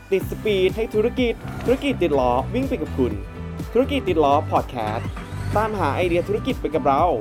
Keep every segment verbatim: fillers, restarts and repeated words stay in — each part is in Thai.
ติดสปีดให้ธุรกิจธุรกิจติดล้อวิ่งไปกับคุณธุรกิจติดล้อพอดแคสต์ตามหาไอเดียธุรกิจไปกับเรา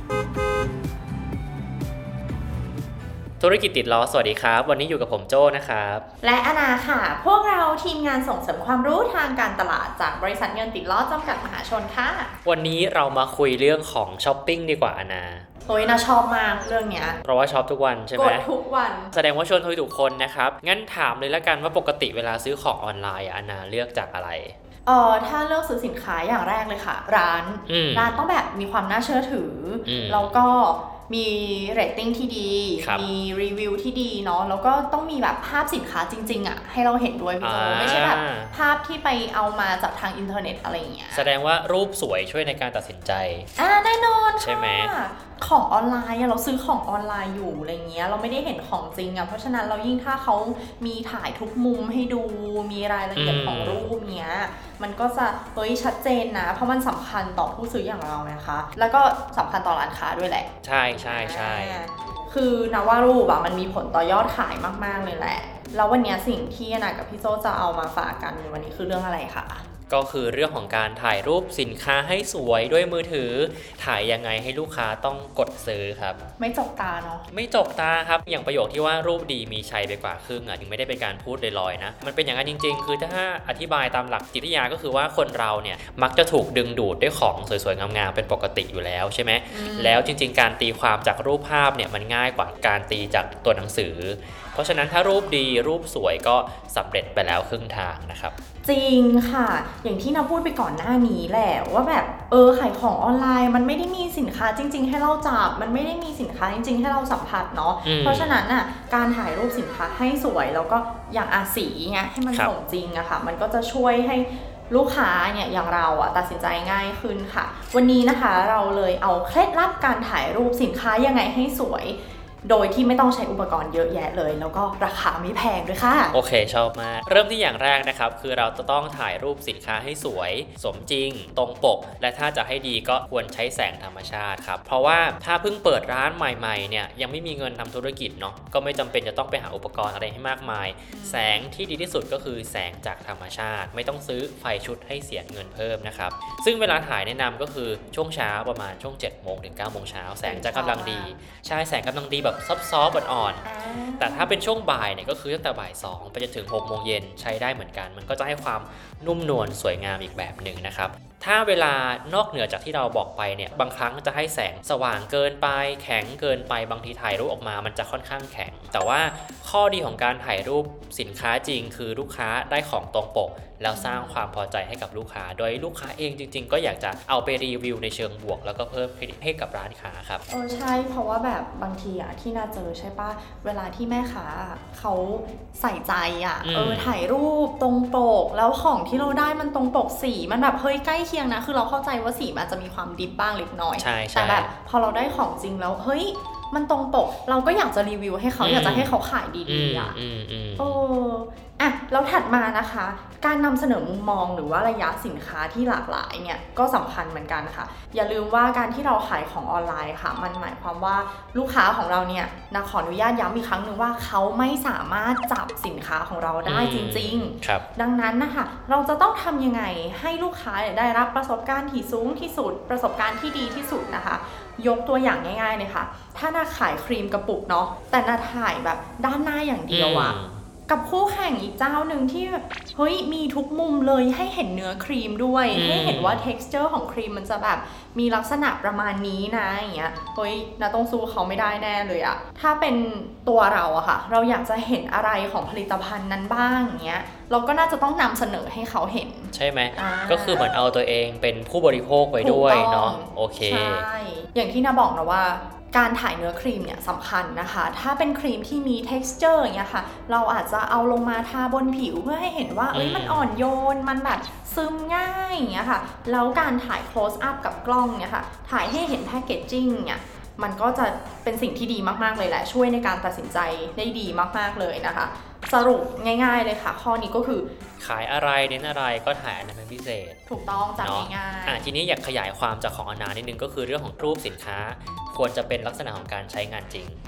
ธุรกิจติดล้อสวัสดีครับวันนี้อยู่กับผมโจ้นะครับและอนาค่ะพวกเราทีมงานส่งเสริมความรู้ทางการตลาดจากบริษัทเงินติดล้อจำกัดมหาชนค่ะวันนี้เรามาคุยเรื่องของช้อปปิ้งดีกว่าอนาโอ้ยน่าชอบมากเรื่องเนี้ยเพราะว่าช็อปทุกวันใช่ไหมกดทุกวันแสดงว่าชวนคุยทุกคนนะครับงั้นถามเลยละกันว่าปกติเวลาซื้อของออนไลน์อนาเลือกจากอะไรเออถ้าเลือกซื้อสินค้าอย่างแรกเลยค่ะร้านร้านต้องแบบมีความน่าเชื่อถือแล้วก็มีเรตติ้งที่ดีมีรีวิวที่ดีเนาะแล้วก็ต้องมีแบบภาพสินค้าจริงๆอ่ะให้เราเห็นด้วยพี่โจไม่ใช่แบบภาพที่ไปเอามาจากทางอินเทอร์เน็ตอะไรอย่างเงี้ยแสดงว่ารูปสวยช่วยในการตัดสินใจอ่าแน่นอนใช่ไหมของออนไลน์เราซื้อของออนไลน์อยู่อะไรเงี้ยเราไม่ได้เห็นของจริงอ่ะเพราะฉะนั้นเรายิ่งถ้าเขามีถ่ายทุกมุมให้ดูมีรายละเอียดของรูปเนี้ยมันก็จะเฮ้ยชัดเจนนะเพราะมันสำคัญต่อผู้ซื้ออย่างเรานะคะแล้วก็สำคัญต่อร้านค้าด้วยแหละใช่ใช่ใช่คือนะว่ารูปอะมันมีผลต่อยอดขายมากๆเลยแหละแล้ววันนี้สิ่งที่อนากับพี่โจจะเอามาฝากกันในวันนี้คือเรื่องอะไรคะก็คือเรื่องของการถ่ายรูปสินค้าให้สวยด้วยมือถือถ่ายยังไงให้ลูกค้าต้องกดซื้อครับไม่จกตาเนาะไม่จกตาครับอย่างประโยคที่ว่ารูปดีมีชัยไปกว่าครึ่งอ่ะยังไม่ได้เป็นการพูดลอยๆนะมันเป็นอย่างนั้นจริงๆคือถ้าอธิบายตามหลักจิตวิทยาก็คือว่าคนเราเนี่ยมักจะถูกดึงดูดด้วยของสวยๆงามๆเป็นปกติอยู่แล้วใช่ไหมแล้วจริงๆการตีความจากรูปภาพเนี่ยมันง่ายกว่าการตีจากตัวหนังสือเพราะฉะนั้นถ้ารูปดีรูปสวยก็สำเร็จไปแล้วครึ่งทางนะครับจริงค่ะอย่างที่นาพูดไปก่อนหน้านี้แหละว่าแบบเออขายของออนไลน์มันไม่ได้มีสินค้าจริงๆให้เราจับมันไม่ได้มีสินค้าจริงๆให้เราสัมผัสเนาะเพราะฉะนั้นน่ะการถ่ายรูปสินค้าให้สวยแล้วก็อย่างอาสีเงี้ยให้มันสมจริงอะค่ะมันก็จะช่วยให้ลูกค้าเนี่ยอย่างเราอะตัดสินใจง่ายขึ้นค่ะวันนี้นะคะเราเลยเอาเคล็ดลับการถ่ายรูปสินค้ายังไงให้สวยโดยที่ไม่ต้องใช้อุปกรณ์เยอะแยะเลยแล้วก็ราคาไม่แพงด้วยค่ะโอเคชอบมากเริ่มที่อย่างแรกนะครับคือเราจะต้องถ่ายรูปสินค้าให้สวยสมจริงตรงปกและถ้าจะให้ดีก็ควรใช้แสงธรรมชาติครับเพราะว่าถ้าเพิ่งเปิดร้านใหม่ๆเนี่ยยังไม่มีเงินทำธุรกิจเนาะก็ไม่จำเป็นจะต้องไปหาอุปกรณ์อะไรให้มากมายแสงที่ดีที่สุดก็คือแสงจากธรรมชาติไม่ต้องซื้อไฟชุดให้เสียเงินเพิ่มนะครับซึ่งเวลาถ่ายแนะนำก็คือช่วงเช้าประมาณช่วงเจ็ดโมงถึงเก้าโมงเช้าแสงจะกำลังดีใช่แสงกำลังดีแบบซอฟต์ๆอ่อนๆแต่ถ้าเป็นช่วงบ่ายเนี่ยก็คือตั้งแต่บ่ายสองไปจนถึงหกโมงเย็นใช้ได้เหมือนกันมันก็จะให้ความนุ่มนวลสวยงามอีกแบบหนึ่งนะครับถ้าเวลานอกเหนือจากที่เราบอกไปเนี่ยบางครั้งจะให้แสงสว่างเกินไปแข็งเกินไปบางทีถ่ายรูปออกมามันจะค่อนข้างแข็งแต่ว่าข้อดีของการถ่ายรูปสินค้าจริงคือลูกค้าได้ของตรงปกแล้วสร้างความพอใจให้กับลูกค้าโดยลูกค้าเองจริงๆก็อยากจะเอาไปรีวิวในเชิงบวกแล้วก็เพิ่มเครดิตให้กับร้านค้าครับเออใช่เพราะว่าแบบบางทีอะที่น่าเจอใช่ปะเวลาที่แม่ค้าเขาใส่ใจอะเออถ่ายรูปตรงปกแล้วของที่เราได้มันตรงปกสีมันแบบเฮ้ยใกล้เคียงนะคือเราเข้าใจว่าสีมันจะมีความดิบบ้างเล็กน้อยแต่แบบพอเราได้ของจริงแล้วเฮ้ยมันตรงปกเราก็อยากจะรีวิวให้เขาอยากจะให้เขาขายดีๆอ่ะโอ้อ่ะแล้วถัดมานะคะการนำเสนอมุมมองหรือว่าระยะสินค้าที่หลากหลายเนี่ยก็สำคัญเหมือนกันค่ะอย่าลืมว่าการที่เราขายของออนไลน์ค่ะมันหมายความว่าลูกค้าของเราเนี่ยนะขออนุญาตย้ำอีกครั้งหนึ่งว่าเขาไม่สามารถจับสินค้าของเราได้จริงๆดังนั้นนะคะเราจะต้องทำยังไงให้ลูกค้าได้รับประสบการณ์ที่สูงที่สุดประสบการณ์ที่ดีที่สุดนะคะยกตัวอย่างง่ายๆเลยค่ะถ้านาขายครีมกระปุกเนาะแต่นาถ่ายแบบด้านหน้าอย่างเดียวอะกับคู่แข่งอีกเจ้าหนึ่งที่แบบเฮ้ยมีทุกมุมเลยให้เห็นเนื้อครีมด้วยให้เห็นว่า texture ของครีมมันจะแบบมีลักษณะประมาณนี้นะอย่างเงี้ยเฮ้ยนาต้องสู้เขาไม่ได้แน่เลยอะถ้าเป็นตัวเราอะค่ะเราอยากจะเห็นอะไรของผลิตภัณฑ์นั้นบ้างอย่างเงี้ยเราก็น่าจะต้องนำเสนอให้เขาเห็นใช่ไหมก็คือเหมือนเอาตัวเองเป็นผู้บริโภคไว้ด้วยเนาะโอเคใช่อย่างที่นาบอกนะว่าการถ่ายเนื้อครีมเนี่ยสำคัญนะคะถ้าเป็นครีมที่มี texture อย่างเงี้ยค่ะเราอาจจะเอาลงมาทาบนผิวเพื่อให้เห็นว่าเอ้ยมันอ่อนโยนมันแบบซึมง่ายอย่างเงี้ยค่ะแล้วการถ่าย close up กับกล้องเนี่ยค่ะถ่ายให้เห็น packaging เนี่ยมันก็จะเป็นสิ่งที่ดีมากๆเลยแหละช่วยในการตัดสินใจได้ดีมากๆเลยนะคะสรุปง่ายๆเลยค่ะข้อนี้ก็คือขายอะไรเน้นอะไรก็ถ่ายอันนั้นเป็นพิเศษถูกต้องจำง่ายๆอ่ะทีนี้อยากขยายความจากของอนานิดนึงก็คือเรื่องของรูปสินค้าควรจะเป็นลักษณะของการใช้งานจริง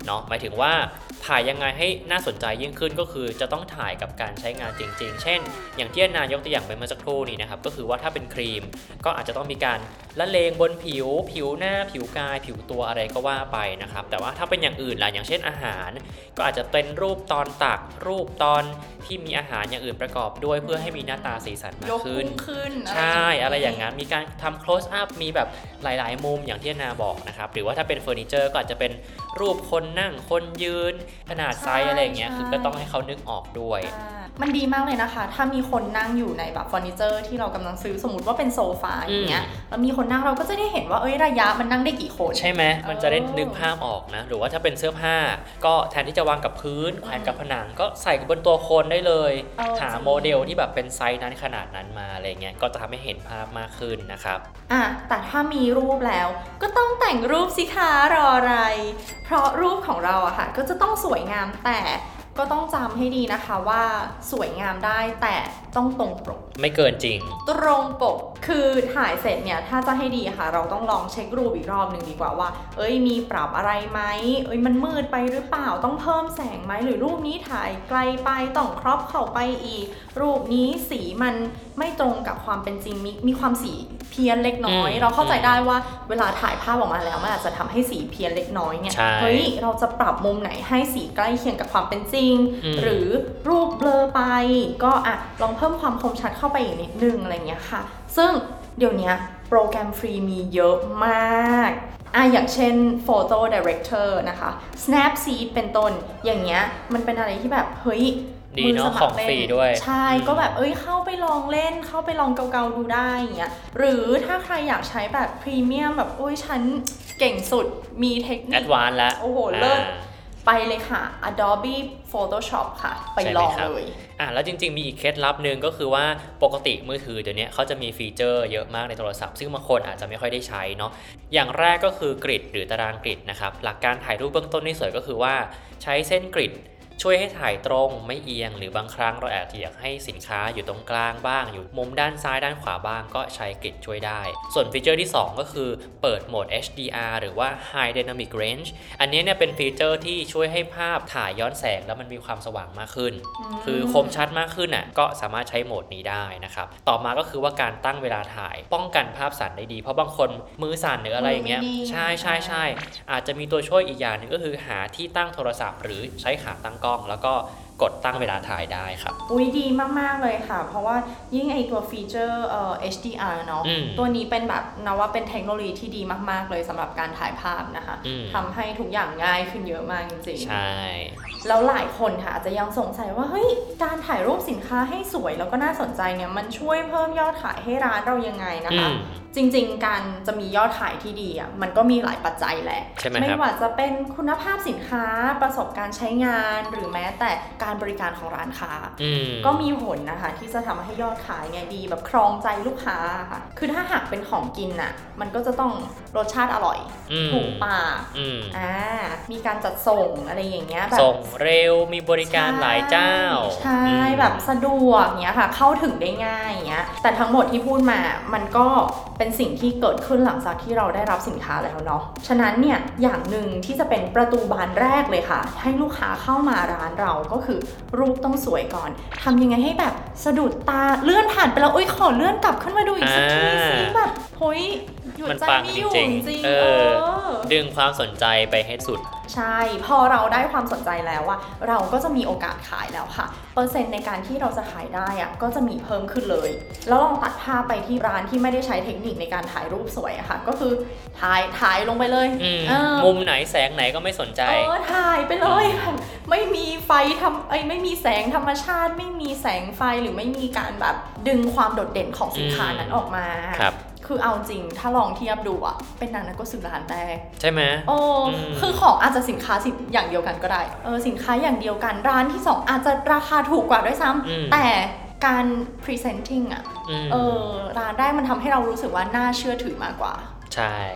เนาะหมายถึงว่าถ่ายยังไงให้น่าสนใจยิ่งขึ้นก็คือจะต้องถ่ายกับการใช้งานจริงๆเช่นอย่างที่นายกตัวอย่างไปเมื่อสักครู่นี้นะครับก็คือว่าถ้าเป็นครีมก็อาจจะต้องมีการละเลงบนผิวผิวหน้าผิวกายผิวตัวอะไรก็ว่าไปนะครับแต่ว่าถ้าเป็นอย่างอื่นล่ะอย่างเช่นอาหารก็อาจจะเป็นรูปตอนตักรูปตอนที่มีอาหารอย่างอื่นประกอบด้วยเพื่อให้มีหน้าตาสีสันมากขึ้นขึ้นใช่อะไรอย่างนั้นมีการทำ close up มีแบบหลายๆมุมอย่างที่นาบอกนะครับหรือว่าถ้าเป็นเฟอร์นิเจอร์ก็อาจจะเป็นรูปคนนั่งคนยืนขนาดไซส์อะไรอย่างเงี้ยคือก็ต้องให้เขานึกออกด้วยมันดีมากเลยนะคะถ้ามีคนนั่งอยู่ในแบบเฟอร์นิเจอร์ที่เรากำลังซื้อสมมติว่าเป็นโซฟาอย่างเงี้ยแล้วมีคนนั่งเราก็จะได้เห็นว่าเอ้ยระยะมันนั่งได้กี่คนใช่ไหมมันจะได้นึกภาพออกนะหรือว่าถ้าเป็นเสื้อผ้าก็แทนที่จะวางกับพื้นแขวนกับผนังก็ใส่บนตัวคนได้เลยหาโมเดลที่แบบเป็นไซส์นั้นขนาดนั้นมาอะไรเงี้ยก็จะทำให้เห็นภาพมากขึ้นนะครับอ่ะแต่ถ้ามีรูปแล้วก็ต้องแต่งรูปสิคะรออะไรเพราะรูปของเราอะค่ะก็จะต้องสวยงามแต่ก็ต้องจำให้ดีนะคะว่าสวยงามได้แต่ต้องตรงปกไม่เกินจริงตรงปกคือถ่ายเสร็จเนี่ยถ้าจะให้ดีค่ะเราต้องลองเช็ครูปอีกรอบหนึ่งดีกว่าว่าเอ้ยมีปรับอะไรไหมเอ้ยมันมืดไปหรือเปล่าต้องเพิ่มแสงไหมหรือรูปนี้ถ่ายไกลไปต้องครอปเข้าไปอีกรูปนี้สีมันไม่ตรงกับความเป็นจริงมีมีความสีเพี้ยนเล็กน้อยเราเข้าใจได้ว่าเวลาถ่ายภาพออกมาแล้วมันอาจจะทำให้สีเพี้ยนเล็กน้อยเนี่ยเฮ้ยเราจะปรับมุมไหนให้สีใกล้เคียงกับความเป็นจริงหรือรูปเบลอไปก็อ่ะลองเพิ่มความคมชัดเข้าไปอีกนิดนึงอะไรเงี้ยค่ะซึ่งเดี๋ยวนี้โปรแกรมฟรีมีเยอะมากอ่ะอย่างเช่น Photo Director นะคะ Snapseed เป็นต้นอย่างเงี้ยมันเป็นอะไรที่แบบเฮ้ยดีเนาะของฟรีด้วยใช่ก็แบบเอ้ยเข้าไปลองเล่นเข้าไปลองเกาๆดูได้อย่างเงี้ยหรือถ้าใครอยากใช้แบบพรีเมียมแบบโอ้ยฉันเก่งสุดมีเทคนิคแอดวานซ์แล้วโอ้โหเลิศไปเลยค่ะ Adobe Photoshop ค่ะไปลองเลยอ่ะแล้วจริงๆมีอีกเคล็ดลับนึงก็คือว่าปกติมือถือเดี๋ยวนี้เขาจะมีฟีเจอร์เยอะมากในโทรศัพท์ซึ่งบางคนอาจจะไม่ค่อยได้ใช้เนาะอย่างแรกก็คือกริดหรือตารางกริดนะครับหลักการถ่ายรูปเบื้องต้นที่สวยก็คือว่าใช้เส้นกริดช่วยให้ถ่ายตรงไม่เอียงหรือบางครั้งเราอาจจะอยากให้สินค้าอยู่ตรงกลางบ้างอยู่มุมด้านซ้ายด้านขวาบ้างก็ใช้กริดช่วยได้ส่วนฟีเจอร์ที่สองก็คือเปิดโหมด เอช ดี อาร์ หรือว่า High Dynamic Range อันนี้เนี่ยเป็นฟีเจอร์ที่ช่วยให้ภาพถ่ายย้อนแสงแล้วมันมีความสว่างมากขึ้นคือคมชัดมากขึ้นอ่ะก็สามารถใช้โหมดนี้ได้นะครับต่อมาก็คือว่าการตั้งเวลาถ่ายป้องกันภาพสั่นได้ดีเพราะบางคนมือสั่นหรืออะไรอย่างเงี้ยใช่ใช่ใช่อาจจะมีตัวช่วยอีกอย่างนึงก็คือหาที่ตั้งโทรศัพท์หรือใช้ขาตั้งกล้องแล้วก็กดตั้งเวลาถ่ายได้ครับอุ้ยดีมากๆเลยค่ะเพราะว่ายิ่งไอตัวฟีเจอร์เอ่อ เอช ดี อาร์ เนาะตัวนี้เป็นแบบนะว่าเป็นเทคโนโลยีที่ดีมากๆเลยสำหรับการถ่ายภาพนะคะทำให้ทุกอย่างง่ายขึ้นเยอะมากจริงๆใช่แล้วหลายคนค่ะอาจจะยังสงสัยว่าเฮ้ยการถ่ายรูปสินค้าให้สวยแล้วก็น่าสนใจเนี่ยมันช่วยเพิ่มยอดขายให้ร้านเรายังไงนะคะจริงๆการจะมียอดขายที่ดีอ่ะมันก็มีหลายปัจจัยแหละไม่ว่าจะเป็นคุณภาพสินค้าประสบการณ์ใช้งานหรือแม้แต่การบริการของร้านค้าก็มีผลนะคะที่จะทำให้ยอดขายเนี่ยดีแบบครองใจลูกค้าค่ะคือถ้าหากเป็นของกินน่ะมันก็จะต้องรสชาติอร่อยถูกปากอ่ามีการจัดส่งอะไรอย่างเงี้ยแบบส่งเร็วมีบริการหลายเจ้าใช่แบบสะดวกเงี้ยค่ะเข้าถึงได้ง่ายเงี้ยแต่ทั้งหมดที่พูดมามันก็เป็นสิ่งที่เกิดขึ้นหลังจากที่เราได้รับสินค้าแล้วเนาะฉะนั้นเนี่ยอย่างหนึ่งที่จะเป็นประตูบานแรกเลยค่ะให้ลูกค้าเข้ามาร้านเราก็คือรูปต้องสวยก่อนทำยังไงให้แบบสะดุดตาเลื่อนผ่านไปแล้วอุ้ยขอเลื่อนกลับขึ้นมาดูอีกสักทีสิแบบเฮ้ยหยุดใจไม่อยู่จริงๆเออดึงความสนใจไปให้สุดใช่พอเราได้ความสนใจแล้วว่าเราก็จะมีโอกาสขายแล้วค่ะเปอร์เซ็นต์ในการที่เราจะขายได้อะก็จะมีเพิ่มขึ้นเลยแล้วลองตัดภาพไปที่ร้านที่ไม่ได้ใช้เทคนิคในการถ่ายรูปสวยอะค่ะก็คือถ่ายถ่ายลงไปเลยมุมไหนแสงไหนก็ไม่สนใจเออถ่ายไปเลยไม่มีไฟทำไอ้ไม่มีแสงธรรมชาติไม่มีแสงไฟหรือไม่มีการแบบดึงความโดดเด่นของสินค้านั้นออกมาครับคือเอาจริงถ้าลองเทียบดูอะเป็นนางนั้นก็ซื้อร้านแรกใช่ไหมโอ้คือของอาจจะสินค้าสินอย่างเดียวกันก็ได้เออสินค้าอย่างเดียวกันร้านที่สองอาจจะราคาถูกกว่าด้วยซ้ำแต่การ presenting อะเออร้านแรกมันทำให้เรารู้สึกว่าน่าเชื่อถือมากกว่าใช่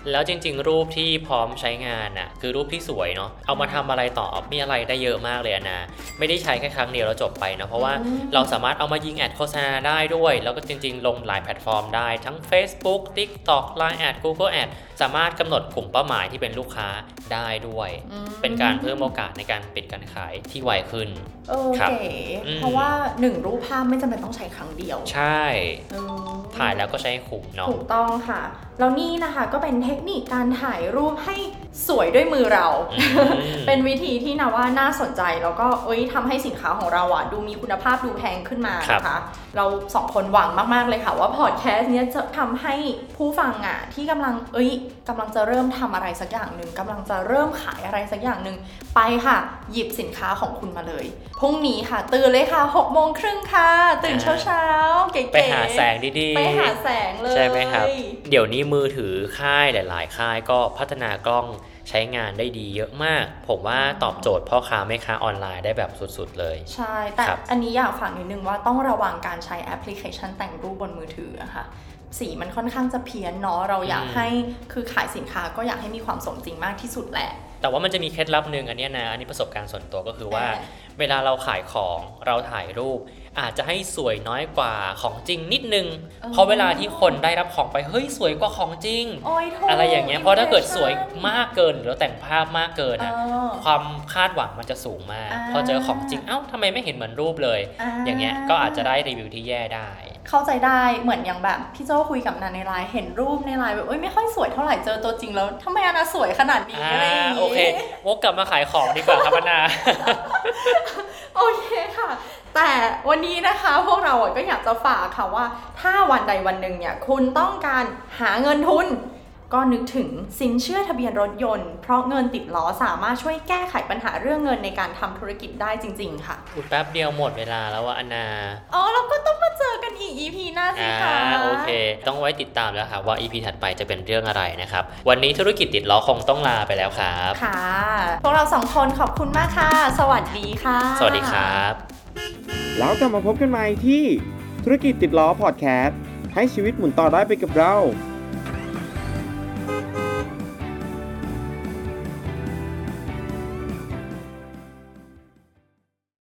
แล้วจริงๆรูปที่พร้อมใช้งานน่ะคือรูปที่สวยเนาะเอามาทำอะไรต่อมีอะไรได้เยอะมากเลยนะไม่ได้ใช้แค่ครั้งเดียวแล้วจบไปนะเพราะว่าเราสามารถเอามายิงแอดโฆษณาได้ด้วยแล้วก็จริงๆลงหลายแพลตฟอร์มได้ทั้ง Facebook TikTok ไลน์ แอด Google Ads สามารถกำหนดกลุ่มเป้าหมายที่เป็นลูกค้าได้ด้วยเป็นการเพิ่มโอกาสในการปิดการขายที่ไวขึ้นเออเก๋เพราะว่าหนึ่งรูปภาพไม่จำเป็นต้องใช้ครั้งเดียวใช่ถ่ายแล้วก็ใช้คุ้มเนาะถูกต้องค่ะแล้วนี่นะคะก็เป็นเทคนิคการถ่ายรูปให้สวยด้วยมือเรา เป็นวิธีที่นะว่าน่าสนใจแล้วก็เอ้ยทำให้สินค้าของเราอ่ะดูมีคุณภาพดูแพงขึ้นมานะคะเราสองคนหวังมากๆเลยค่ะว่าพอดแคสต์เนี้ยจะทำให้ผู้ฟังอ่ะที่กำลังเอ้ยกำลังจะเริ่มทำอะไรสักอย่างหนึ่งกำลังจะเริ่มขายอะไรสักอย่างหนึ่งไปค่ะหยิบสินค้าของคุณมาเลยพรุ่งนี้ค่ะตื่นเลยค่ะหกโมงครึ่งค่ะตื่นเช้าๆเก๋ๆไปหาแสงดีๆไปหาแสงเลยใช่ไหมครับเดี๋ยวนี้มือถือค่ายหลายๆค่ายก็พัฒนากล้องใช้งานได้ดีเยอะมากผมว่าตอบโจทย์พ่อค้าแม่ค้าออนไลน์ได้แบบสุดๆเลยใช่แต่อันนี้อยากฝากนิดนึงว่าต้องระวังการใช้แอปพลิเคชันแต่งรูปบนมือถือค่ะสีมันค่อนข้างจะเพี้ยนเนาะเราอยากให้คือขายสินค้าก็อยากให้มีความสมจริงมากที่สุดแหละแต่ว่ามันจะมีเคล็ดลับนึงอันนี้นะอันนี้ประสบการณ์ส่วนตัวก็คือว่าเวลาเราขายของเราถ่ายรูปอาจจะให้สวยน้อยกว่าของจริงนิดนึงเพราะเวลาที่คนได้รับของไปเฮ้ยสวยกว่าของจริงอ, อะไรอย่างเงี้ยเพราะถ้าเกิดสวยมากเกินหรือแต่งภาพมากเกินอ่ะความคาดหวังมันจะสูงมากพอเจอของจริงเอ้าทำไมไม่เห็นเหมือนรูปเลย อ, อย่างเงี้ยก็อาจจะได้รีวิวที่แย่ได้เข้าใจได้เหมือนอย่างแบบพี่โจ้คุยกับนันในไลน์เห็นรูปในไลน์แบบเอ้ยไม่ค่อยสวยเท่าไหร่เจอตัวจริงแล้วทำไมอนาสวยขนาดนี้อะไรอย่างงี้โอเควกกลับมาขายของดีกว่าครับอนาโอเคค่ะแต่วันนี้นะคะพวกเราก็อยากจะฝากค่ะว่าถ้าวันใดวันหนึ่งเนี่ยคุณต้องการหาเงินทุนก็นึกถึงสินเชื่อทะเบียนรถยนต์เพราะเงินติดล้อสามารถช่วยแก้ไขปัญหาเรื่องเงินในการทำธุรกิจได้จริงๆค่ะอุดแป๊บเดียวหมดเวลาแล้วว่าอนาอ๋อเราก็ต้องมาเจอกันอีก อี พี หน้าสิคะโอเคต้องไว้ติดตามแล้วค่ะว่า อี พี ถัดไปจะเป็นเรื่องอะไรนะครับวันนี้ธุรกิจติดล้อคงต้องลาไปแล้วครับค่ะพวกเราสองคนขอบคุณมากค่ะสวัสดีค่ะสวัสดีครับแล้วกลับมาพบกันใหม่ที่ธุรกิจติดล้อพอดแคสต์ให้ชีวิตหมุนต่อได้ไปกับเรา